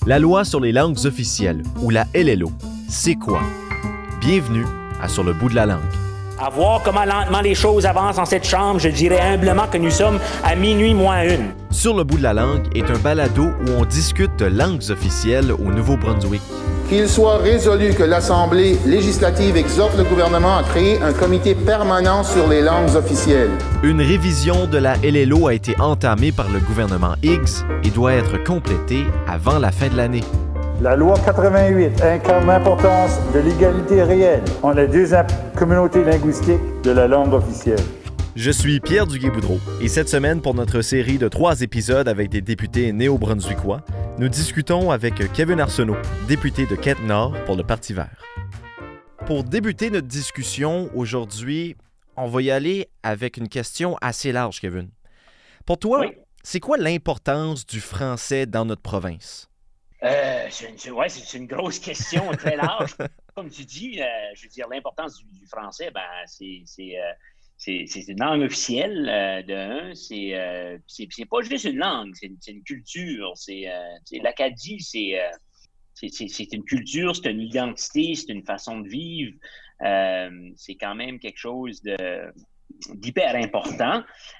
La loi sur les langues officielles, ou la LLO, c'est quoi? Bienvenue à Sur le bout de la langue. À voir comment lentement les choses avancent en cette chambre, je dirais humblement que nous sommes à minuit moins une. Sur le bout de la langue est un balado où on discute de langues officielles au Nouveau-Brunswick. Qu'il soit résolu que l'Assemblée législative exhorte le gouvernement à créer un comité permanent sur les langues officielles. Une révision de la LLO a été entamée par le gouvernement Higgs et doit être complétée avant la fin de l'année. La loi 88 incarne l'importance de l'égalité réelle entre les deux communautés linguistiques de la langue officielle. Je suis Pierre Duguay-Boudreau et cette semaine, pour notre série de 3 épisodes avec des députés néo-brunswickois, nous discutons avec Kevin Arsenault, député de Kent-Nord pour le Parti vert. Pour débuter notre discussion aujourd'hui, on va y aller avec une question assez large, Kevin. Pour toi, oui. C'est quoi l'importance du français dans notre province? C'est une grosse question, très large. Comme tu dis, je veux dire, l'importance du français, c'est une langue officielle, c'est pas juste une langue, c'est une culture. L'Acadie, c'est une culture, c'est une identité, c'est une façon de vivre. C'est quand même quelque chose d'hyper important.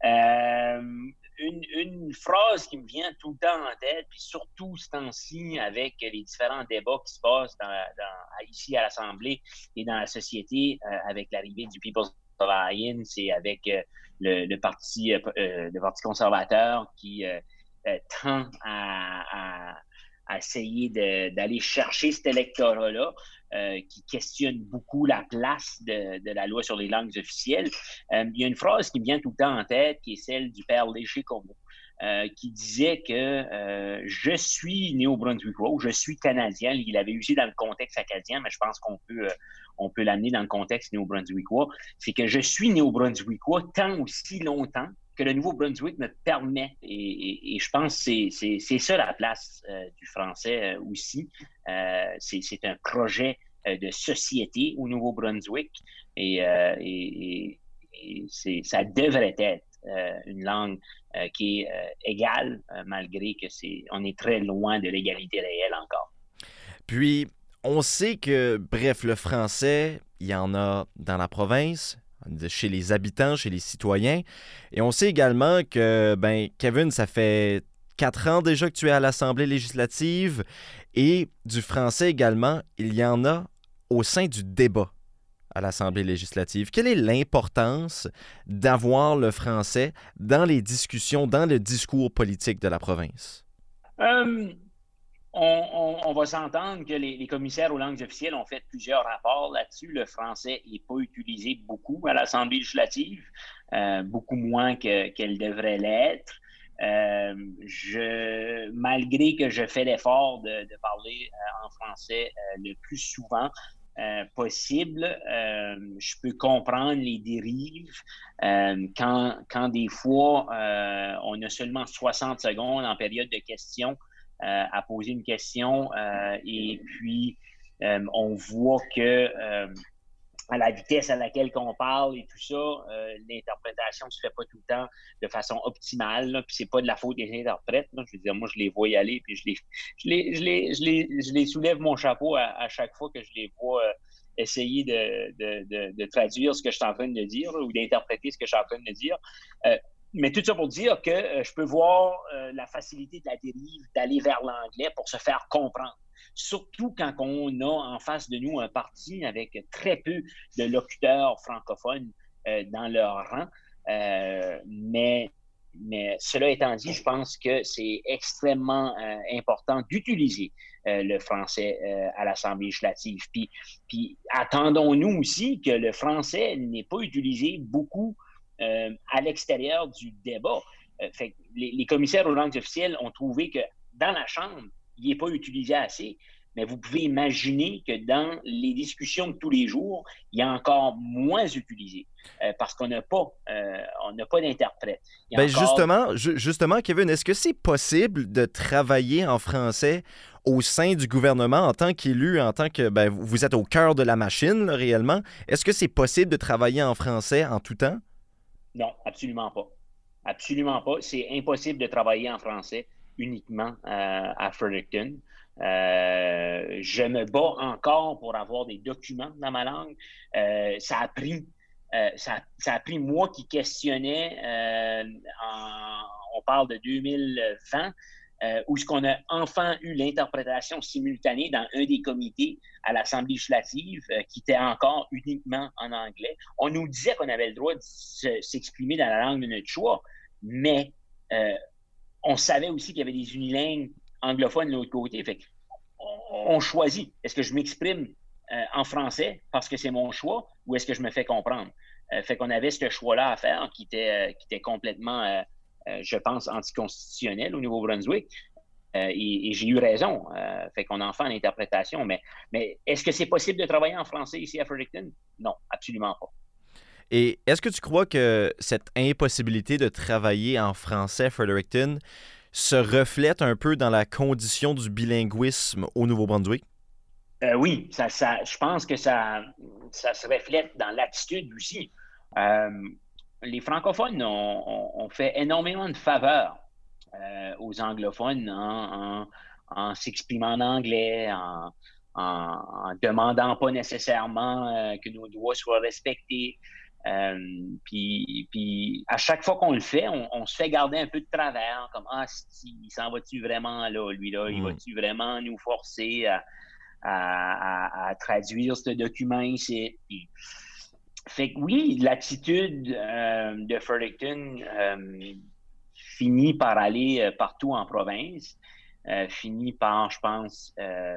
Une phrase qui me vient tout le temps en tête, puis surtout ce temps-ci avec les différents débats qui se passent ici à l'Assemblée et dans la société avec l'arrivée du People's Alliance, c'est avec le parti conservateur qui tend à essayer d'aller chercher cet électorat-là, qui questionne beaucoup la place de la loi sur les langues officielles. Il y a une phrase qui me vient tout le temps en tête, qui est celle du père Léger-Comeau, qui disait que je suis néo-brunswickois, je suis canadien. Il l'avait usé dans le contexte acadien, mais je pense qu'on peut l'amener dans le contexte néo-brunswickois. C'est que je suis néo-brunswickois tant aussi longtemps que le Nouveau-Brunswick me permet. Et je pense que c'est ça la place du français aussi. C'est un projet de société au Nouveau-Brunswick et ça devrait être une langue qui est égale, malgré que on est très loin de l'égalité réelle encore. Puis, on sait que, bref, le français, il y en a dans la province, chez les habitants, chez les citoyens. Et on sait également que, Kevin, ça fait 4 ans déjà que tu es à l'Assemblée législative et du français également, il y en a au sein du débat à l'Assemblée législative. Quelle est l'importance d'avoir le français dans les discussions, dans le discours politique de la province? On va s'entendre que les commissaires aux langues officielles ont fait plusieurs rapports là-dessus. Le français n'est pas utilisé beaucoup à l'Assemblée législative, beaucoup moins qu'elle devrait l'être. Malgré que je fais l'effort de parler en français le plus souvent possible, je peux comprendre les dérives quand des fois on a seulement 60 secondes en période de questions à poser une question et puis on voit que à la vitesse à laquelle qu'on parle et tout ça, l'interprétation ne se fait pas tout le temps de façon optimale, là, puis c'est pas de la faute des interprètes, là. Je veux dire, moi je les vois y aller, puis je les soulève mon chapeau à chaque fois que je les vois essayer de traduire ce que je suis en train de dire ou d'interpréter ce que je suis en train de dire. Mais tout ça pour dire que je peux voir la facilité de la dérive d'aller vers l'anglais pour se faire comprendre. Surtout quand on a en face de nous un parti avec très peu de locuteurs francophones dans leur rang. Mais cela étant dit, je pense que c'est extrêmement important d'utiliser le français à l'Assemblée législative. Puis attendons-nous aussi que le français n'est pas utilisé beaucoup à l'extérieur du débat. Fait que les commissaires aux langues officielles ont trouvé que dans la Chambre, il n'est pas utilisé assez. Mais vous pouvez imaginer que dans les discussions de tous les jours, il est encore moins utilisé parce qu'on n'a pas d'interprète. Justement, Kevin, est-ce que c'est possible de travailler en français au sein du gouvernement en tant qu'élu, en tant que vous êtes au cœur de la machine, là, réellement? Est-ce que c'est possible de travailler en français en tout temps? Non, absolument pas. Absolument pas. C'est impossible de travailler en français uniquement à Fredericton. Je me bats encore pour avoir des documents dans ma langue. Ça a pris moi qui questionnais, on parle de 2020, où est-ce qu'on a enfin eu l'interprétation simultanée dans un des comités à l'Assemblée législative qui était encore uniquement en anglais. On nous disait qu'on avait le droit de s'exprimer dans la langue de notre choix, mais on savait aussi qu'il y avait des unilingues anglophones de l'autre côté. Fait on choisit. Est-ce que je m'exprime en français parce que c'est mon choix ou est-ce que je me fais comprendre? Fait qu'on avait ce choix-là à faire qui était complètement, je pense, anticonstitutionnel au Nouveau-Brunswick. Et j'ai eu raison. Fait qu'on en fait en interprétation. Mais est-ce que c'est possible de travailler en français ici à Fredericton? Non, absolument pas. Et est-ce que tu crois que cette impossibilité de travailler en français à Fredericton se reflète un peu dans la condition du bilinguisme au Nouveau-Brunswick? Oui, je pense que ça se reflète dans l'attitude aussi. Les francophones ont fait énormément de faveurs aux anglophones en s'exprimant en anglais, en demandant pas nécessairement que nos droits soient respectés. Puis à chaque fois qu'on le fait, on se fait garder un peu de travers, comme « Ah, il s'en va-tu vraiment là, lui-là? Il va-tu vraiment nous forcer à traduire ce document ici? » Fait que oui, l'attitude de Fredericton finit par aller partout en province, finit par, je pense,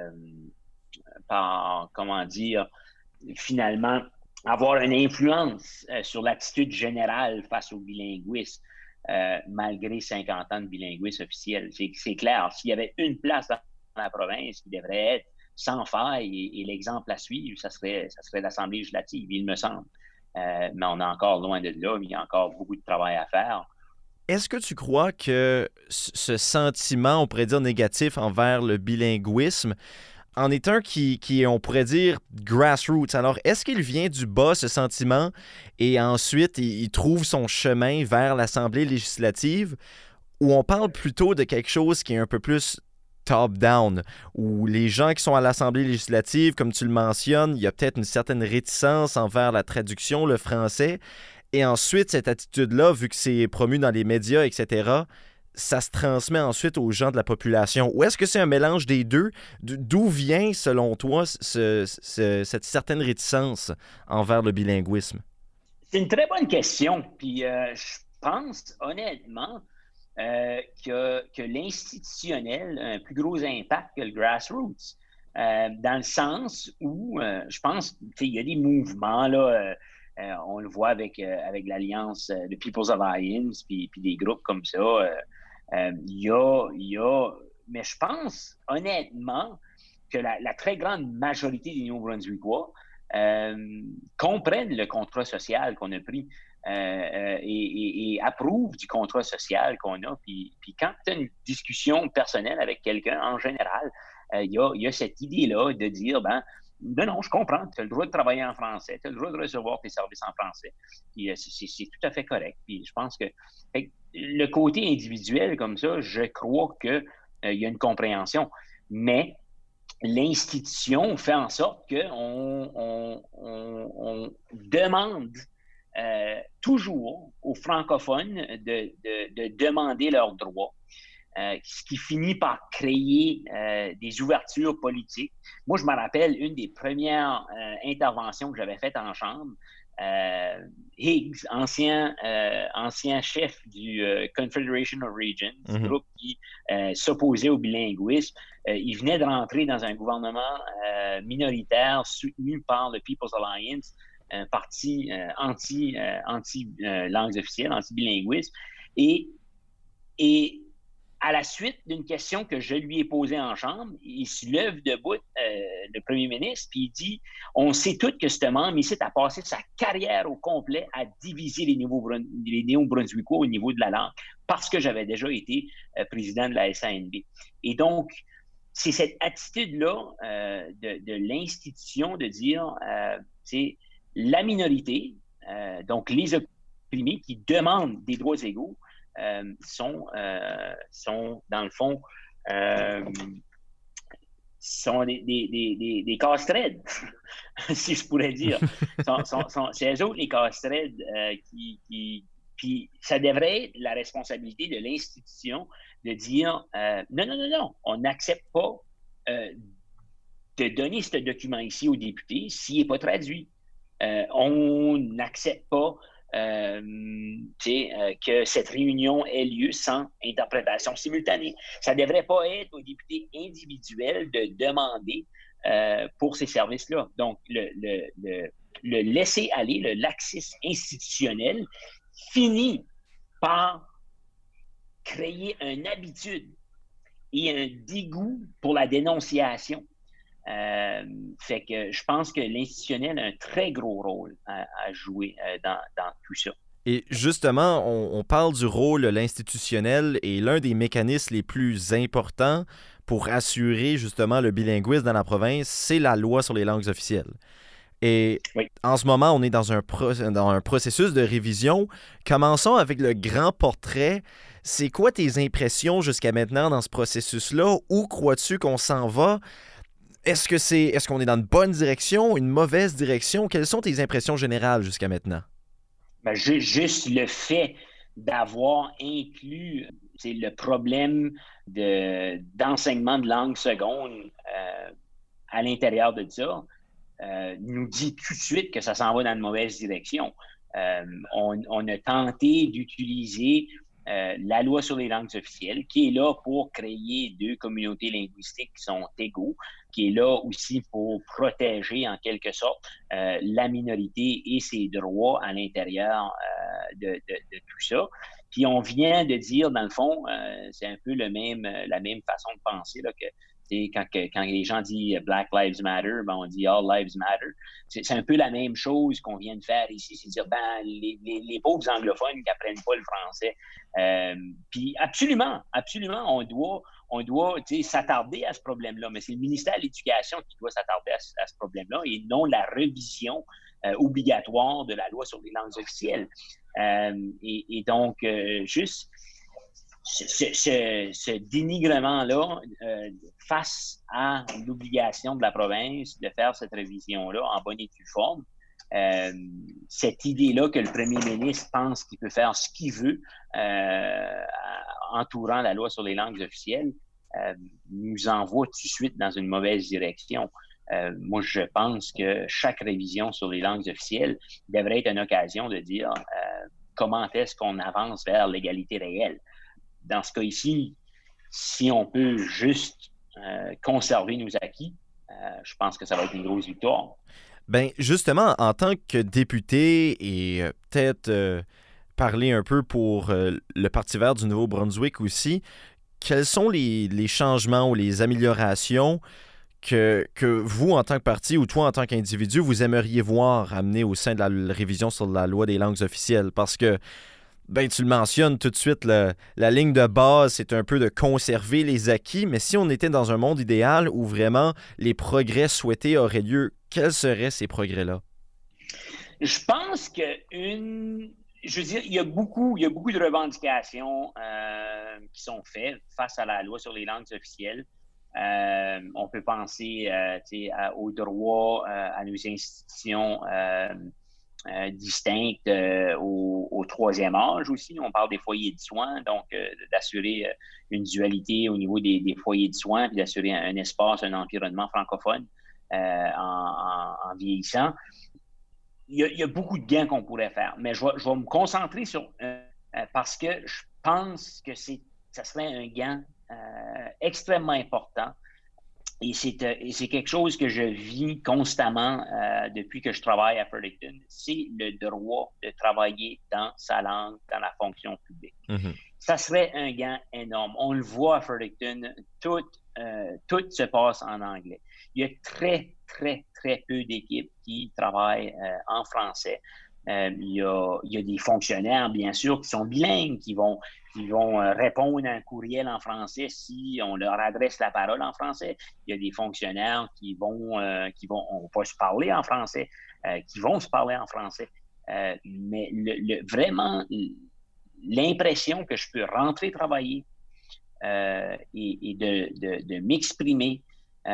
finalement, avoir une influence sur l'attitude générale face au bilinguisme, malgré 50 ans de bilinguisme officiel. C'est clair, s'il y avait une place dans la province qui devrait être sans faille et l'exemple à suivre, ça serait l'Assemblée législative, il me semble. Mais on est encore loin de là, mais il y a encore beaucoup de travail à faire. Est-ce que tu crois que ce sentiment, on pourrait dire négatif envers le bilinguisme, en est un qui, on pourrait dire, grassroots? Alors, est-ce qu'il vient du bas, ce sentiment, et ensuite, il trouve son chemin vers l'Assemblée législative, ou on parle plutôt de quelque chose qui est un peu plus top-down, où les gens qui sont à l'Assemblée législative, comme tu le mentionnes, il y a peut-être une certaine réticence envers la traduction, le français, et ensuite, cette attitude-là, vu que c'est promu dans les médias, etc., ça se transmet ensuite aux gens de la population? Ou est-ce que c'est un mélange des deux? D'où vient, selon toi, cette certaine réticence envers le bilinguisme? C'est une très bonne question. Puis je pense, honnêtement, que l'institutionnel a un plus gros impact que le grassroots. Dans le sens où, je pense, il y a des mouvements, là, on le voit avec l'Alliance, le People's Alliance, puis des groupes comme ça. Mais je pense, honnêtement, que la très grande majorité des Nouveau-Brunswickois comprennent le contrat social qu'on a pris et approuvent du contrat social qu'on a. Puis quand tu as une discussion personnelle avec quelqu'un, en général, il y a cette idée-là de dire, non, je comprends, tu as le droit de travailler en français, tu as le droit de recevoir tes services en français. Puis c'est tout à fait correct. Puis je pense que le côté individuel comme ça, je crois qu'il y a une compréhension. Mais l'institution fait en sorte qu'on demande toujours aux francophones de demander leurs droits. Ce qui finit par créer des ouvertures politiques. Moi, je me rappelle une des premières interventions que j'avais faites en chambre. Higgs, ancien chef du Confederation of Regions, groupe qui s'opposait au bilinguisme, il venait de rentrer dans un gouvernement minoritaire soutenu par le People's Alliance, un parti anti-langues officielles, anti-bilinguisme. Et à la suite d'une question que je lui ai posée en chambre, il se lève debout, le premier ministre, puis il dit « On sait tous que ce membre ici a passé sa carrière au complet à diviser les Néo-Brunswickois au niveau de la langue, parce que j'avais déjà été président de la SANB. » Et donc, c'est cette attitude-là de l'institution de dire c'est la minorité, donc les opprimés qui demandent des droits égaux, sont, dans le fond, sont des casse-traides, si je pourrais dire. C'est eux autres les casse-traides puis ça devrait être la responsabilité de l'institution de dire non, on n'accepte pas de donner ce document ici aux députés s'il n'est pas traduit. On n'accepte pas que cette réunion ait lieu sans interprétation simultanée. Ça ne devrait pas être aux députés individuels de demander pour ces services-là. Donc, le laisser-aller, le laxisme institutionnel finit par créer une habitude et un dégoût pour la dénonciation. Fait que je pense que l'institutionnel a un très gros rôle à jouer dans tout ça. Et justement, on parle du rôle de l'institutionnel et l'un des mécanismes les plus importants pour assurer justement le bilinguisme dans la province, c'est la loi sur les langues officielles. Et oui. En ce moment, on est dans un processus de révision. Commençons avec le grand portrait. C'est quoi tes impressions jusqu'à maintenant dans ce processus-là? Où crois-tu qu'on s'en va? Est-ce qu'on est dans une bonne direction, une mauvaise direction? Quelles sont tes impressions générales jusqu'à maintenant? Ben, juste le fait d'avoir inclus le problème d'enseignement de langue seconde à l'intérieur de ça, nous dit tout de suite que ça s'en va dans une mauvaise direction. On a tenté d'utiliser la loi sur les langues officielles, qui est là pour créer deux communautés linguistiques qui sont égaux, qui est là aussi pour protéger en quelque sorte la minorité et ses droits à l'intérieur de tout ça. Puis on vient de dire, dans le fond, c'est un peu la même façon de penser là, que quand les gens disent Black Lives Matter, ben on dit All Lives Matter. C'est un peu la même chose qu'on vient de faire ici, c'est dire les pauvres anglophones qui n'apprennent pas le français. Puis absolument, on doit s'attarder à ce problème-là, mais c'est le ministère de l'Éducation qui doit s'attarder à ce problème-là et non la révision obligatoire de la loi sur les langues officielles. Et donc, juste ce dénigrement-là face à l'obligation de la province de faire cette révision-là en bonne et due forme, cette idée-là que le premier ministre pense qu'il peut faire ce qu'il veut entourant la loi sur les langues officielles, nous envoie tout de suite dans une mauvaise direction. Moi, je pense que chaque révision sur les langues officielles devrait être une occasion de dire comment est-ce qu'on avance vers l'égalité réelle. Dans ce cas ici, si on peut juste conserver nos acquis, je pense que ça va être une grosse victoire. Bien, justement, en tant que député et peut-être parler un peu pour le Parti vert du Nouveau-Brunswick aussi, quels sont les changements ou les améliorations que vous, en tant que parti, ou toi, en tant qu'individu, vous aimeriez voir amener au sein de la révision sur la loi des langues officielles? Parce que, ben, tu le mentionnes tout de suite, la ligne de base, c'est un peu de conserver les acquis, mais si on était dans un monde idéal où vraiment les progrès souhaités auraient lieu, quels seraient ces progrès-là? Je pense que je veux dire, il y a beaucoup de revendications qui sont faites face à la loi sur les langues officielles. On peut penser au droit à nos institutions distinctes au troisième âge aussi. On parle des foyers de soins, donc d'assurer une dualité au niveau des foyers de soins, puis d'assurer un espace, un environnement francophone en vieillissant. Il y a beaucoup de gains qu'on pourrait faire, mais je vais me concentrer sur parce que je pense que ça serait un gain extrêmement important et c'est quelque chose que je vis constamment depuis que je travaille à Fredericton. C'est le droit de travailler dans sa langue, dans la fonction publique. Mm-hmm. Ça serait un gain énorme. On le voit à Fredericton, tout se passe en anglais. Il y a très, très, très peu d'équipes qui travaillent en français. Il y a des fonctionnaires, bien sûr, qui sont bilingues, qui vont répondre à un courriel en français si on leur adresse la parole en français. Il y a des fonctionnaires qui vont pas se parler en français, qui vont se parler en français. Mais vraiment, l'impression que je peux rentrer travailler et de m'exprimer,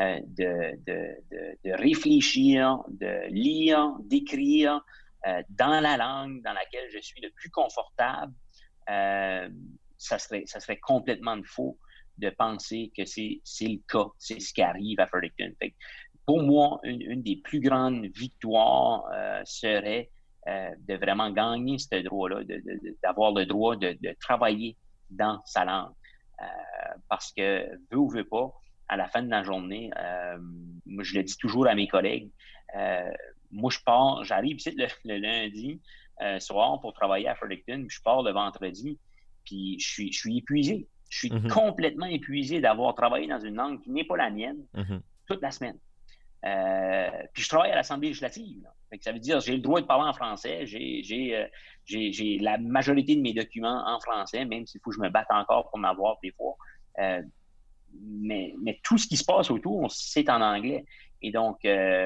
de réfléchir, de lire, d'écrire dans la langue dans laquelle je suis le plus confortable, ça serait complètement faux de penser que c'est le cas, c'est ce qui arrive à Fredericton. Fait que pour moi, une des plus grandes victoires serait de vraiment gagner ce droit-là, d'avoir le droit de travailler dans sa langue. Parce que, veut ou veut pas, à la fin de la journée, moi, je le dis toujours à mes collègues, moi, j'arrive ici le lundi soir pour travailler à Fredericton, puis je pars le vendredi, puis je suis épuisé. Je suis complètement épuisé d'avoir travaillé dans une langue qui n'est pas la mienne toute la semaine. Puis je travaille à l'Assemblée législative. Fait que ça veut dire que j'ai le droit de parler en français. J'ai la majorité de mes documents en français, même s'il faut que je me batte encore pour m'avoir des fois. Mais tout ce qui se passe autour, c'est en anglais. Et donc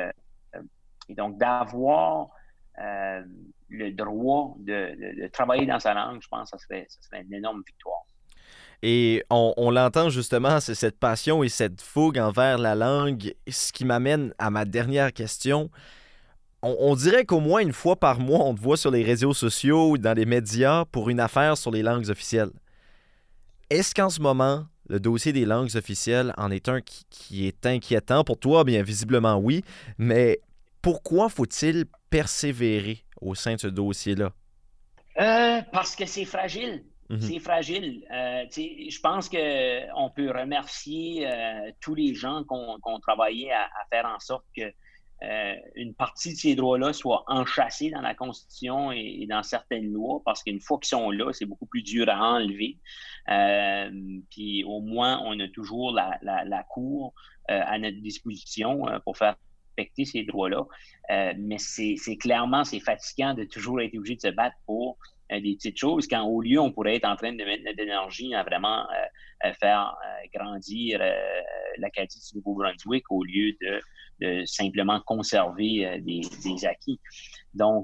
d'avoir le droit de travailler dans sa langue, je pense que ça serait une énorme victoire. Et on l'entend justement, c'est cette passion et cette fougue envers la langue, ce qui m'amène à ma dernière question. On dirait qu'au moins une fois par mois, on te voit sur les réseaux sociaux ou dans les médias pour une affaire sur les langues officielles. Est-ce qu'en ce moment, le dossier des langues officielles en est un qui est inquiétant pour toi? Bien, visiblement oui, mais pourquoi faut-il persévérer au sein de ce dossier-là? Parce que c'est fragile. C'est fragile. Je pense qu'on peut remercier tous les gens qui ont travaillé à faire en sorte que une partie de ces droits-là soit enchâssée dans la Constitution et dans certaines lois, parce qu'une fois qu'ils sont là, c'est beaucoup plus dur à enlever. Puis au moins, on a toujours la Cour à notre disposition pour faire respecter ces droits-là. Mais c'est fatigant de toujours être obligé de se battre pour des petites choses, quand au lieu, on pourrait être en train de mettre notre énergie à vraiment faire grandir l'Acadie du Nouveau-Brunswick au lieu de simplement conserver des acquis. Donc,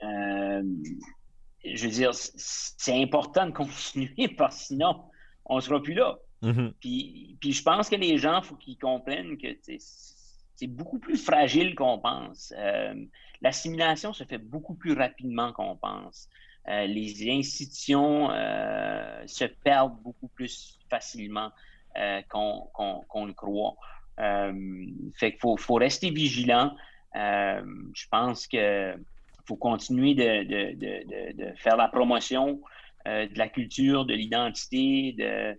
je veux dire, c'est important de continuer parce que sinon, on ne sera plus là. Puis je pense que les gens, il faut qu'ils comprennent que c'est beaucoup plus fragile qu'on pense. L'assimilation se fait beaucoup plus rapidement qu'on pense. Les institutions se perdent beaucoup plus facilement qu'on le croit. Fait qu'il faut rester vigilant. Je pense qu'il faut continuer de faire la promotion de la culture, de l'identité,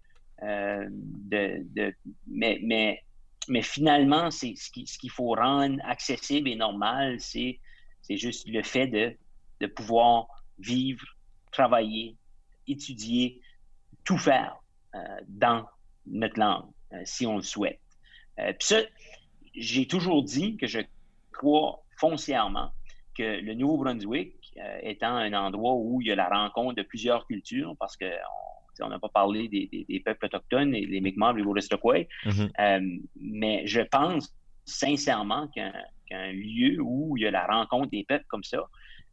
mais finalement, ce qu'il faut rendre accessible et normal, c'est juste le fait de pouvoir vivre, travailler, étudier, tout faire dans notre langue, si on le souhaite. Puis ça, j'ai toujours dit que je crois foncièrement que le Nouveau-Brunswick, étant un endroit où il y a la rencontre de plusieurs cultures, parce qu'on n'a pas parlé des peuples autochtones, les Mi'kmaq, les Wolastoqey, mais je pense sincèrement qu'un lieu où il y a la rencontre des peuples comme ça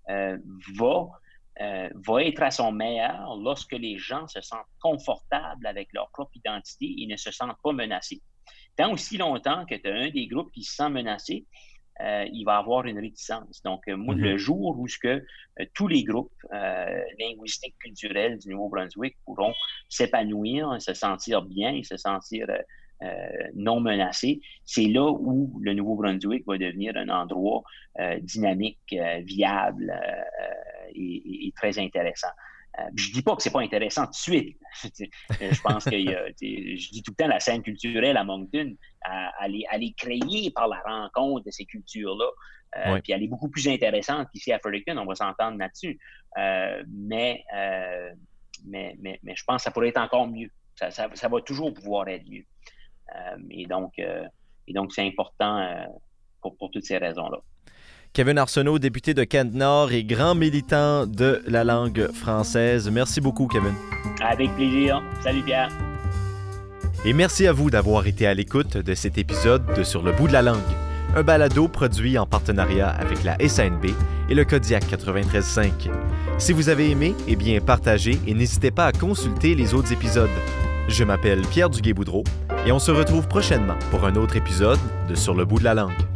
va être à son meilleur lorsque les gens se sentent confortables avec leur propre identité et ne se sentent pas menacés. Tant aussi longtemps que tu as un des groupes qui se sent menacé, il va avoir une réticence. Donc, moi, le jour où tous les groupes linguistiques, culturels du Nouveau-Brunswick pourront s'épanouir, se sentir bien, se sentir non menacés, c'est là où le Nouveau-Brunswick va devenir un endroit dynamique, viable et très intéressant. Je dis pas que c'est pas intéressant tout de suite. Je pense que je dis tout le temps la scène culturelle à Moncton, elle est créée par la rencontre de ces cultures-là. Puis elle est beaucoup plus intéressante qu'ici à Fredericton, on va s'entendre là-dessus. Mais je pense que ça pourrait être encore mieux. Ça va toujours pouvoir être mieux. Et donc c'est important pour toutes ces raisons-là. Kevin Arsenault, député de Kent-Nord et grand militant de la langue française. Merci beaucoup, Kevin. Avec plaisir. Salut, Pierre. Et merci à vous d'avoir été à l'écoute de cet épisode de Sur le bout de la langue. un balado produit en partenariat avec la SANB et le Kodiak 93.5. Si vous avez aimé, eh bien partagez et n'hésitez pas à consulter les autres épisodes. Je m'appelle Pierre Duguay-Boudreau et on se retrouve prochainement pour un autre épisode de Sur le bout de la langue.